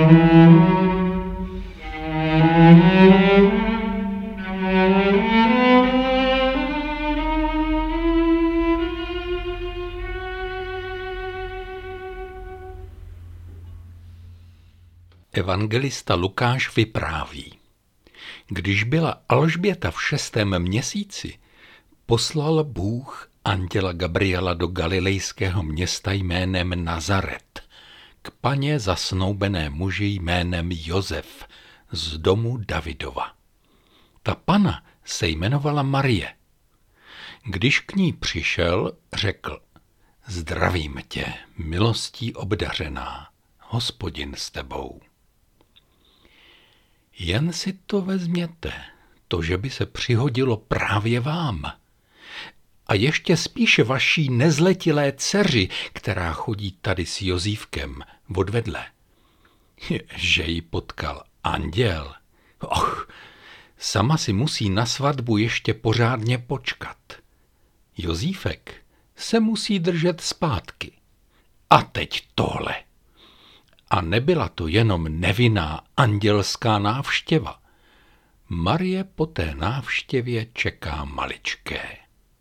Evangelista Lukáš vypráví. Když byla Alžběta v 6. měsíci, poslal Bůh anděla Gabriela do galilejského města jménem Nazaret k paně zasnoubené muži jménem Josef z domu Davidova. Ta pana se jmenovala Marie. Když k ní přišel, řekl: Zdravím tě, milostí obdařená, Hospodin s tebou. Jen si to vezměte, to, že by se přihodilo právě vám. A ještě spíše vaší nezletilé dceři, která chodí tady s Jozífkem odvedle. Že ji potkal anděl. Sama si musí na svatbu ještě pořádně počkat. Jozífek se musí držet zpátky. A teď tohle. A nebyla to jenom nevinná andělská návštěva. Marie po té návštěvě čeká maličké.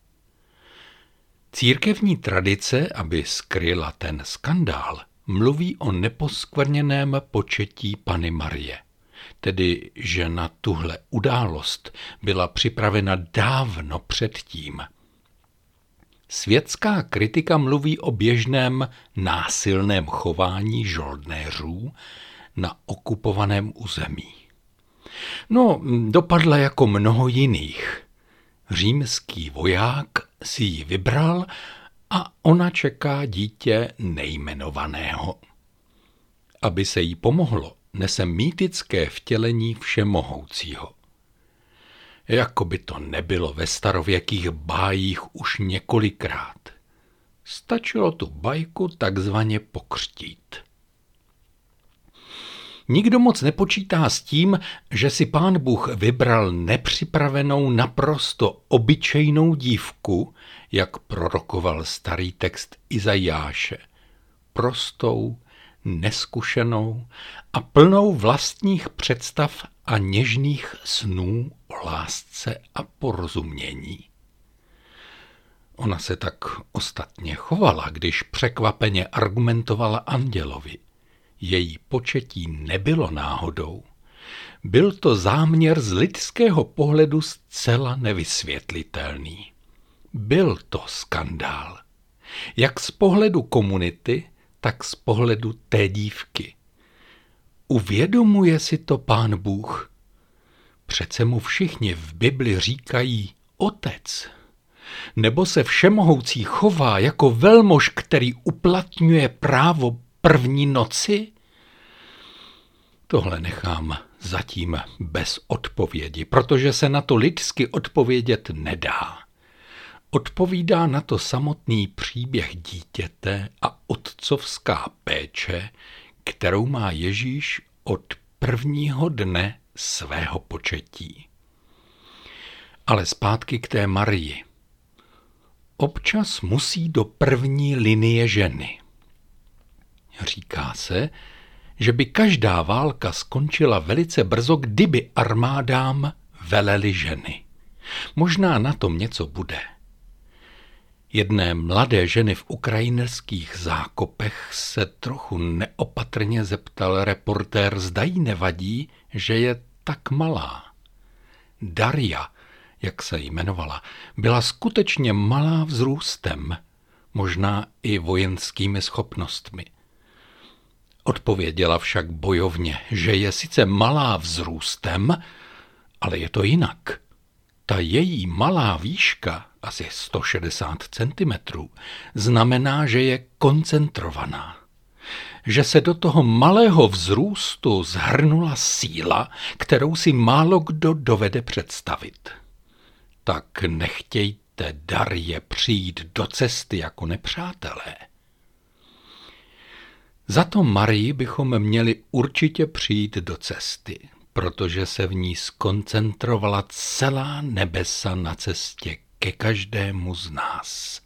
Církevní tradice, aby skryla ten skandál, mluví o neposkvrněném početí Panny Marie. Tedy, že na tuhle událost byla připravena dávno předtím. Světská kritika mluví o běžném násilném chování žoldnéřů na okupovaném území. Dopadla jako mnoho jiných. Římský voják si ji vybral a ona čeká dítě nejmenovaného. Aby se jí pomohlo, nese mýtické vtělení všemohoucího. Jako by to nebylo ve starověkých bájích už několikrát. Stačilo tu bajku takzvaně pokřtít. Nikdo moc nepočítá s tím, že si Pán Bůh vybral nepřipravenou, naprosto obyčejnou dívku, jak prorokoval starý text Izajáše. Prostou, neskušenou a plnou vlastních představ a něžných snů o lásce a porozumění. Ona se tak ostatně chovala, když překvapeně argumentovala andělovi. Její početí nebylo náhodou. Byl to záměr z lidského pohledu zcela nevysvětlitelný. Byl to skandál. Jak z pohledu komunity, tak z pohledu té dívky. Uvědomuje si to Pán Bůh? Přece mu všichni v Bibli říkají Otec. Nebo se všemohoucí chová jako velmož, který uplatňuje právo první noci? Tohle nechám zatím bez odpovědi, protože se na to lidsky odpovědět nedá. Odpovídá na to samotný příběh dítěte a otcovská péče, kterou má Ježíš od prvního dne svého početí. Ale zpátky k té Marii. Občas musí do první linie ženy. Říká se, že by každá válka skončila velice brzo, kdyby armádám velely ženy. Možná na tom něco bude. Jedné mladé ženy v ukrajinských zákopech se trochu neopatrně zeptal reportér, zda jí nevadí, že je tak malá. Darja, jak se jmenovala, byla skutečně malá vzrůstem, možná i vojenskými schopnostmi. Odpověděla však bojovně, že je sice malá vzrůstem, ale je to jinak. Ta její malá výška, asi 160 cm, znamená, že je koncentrovaná. Že se do toho malého vzrůstu zhrnula síla, kterou si málo kdo dovede představit. Tak nechtějte Darje přijít do cesty jako nepřátelé. Za to Marii bychom měli určitě přijít do cesty, protože se v ní skoncentrovala celá nebesa na cestě ke každému z nás.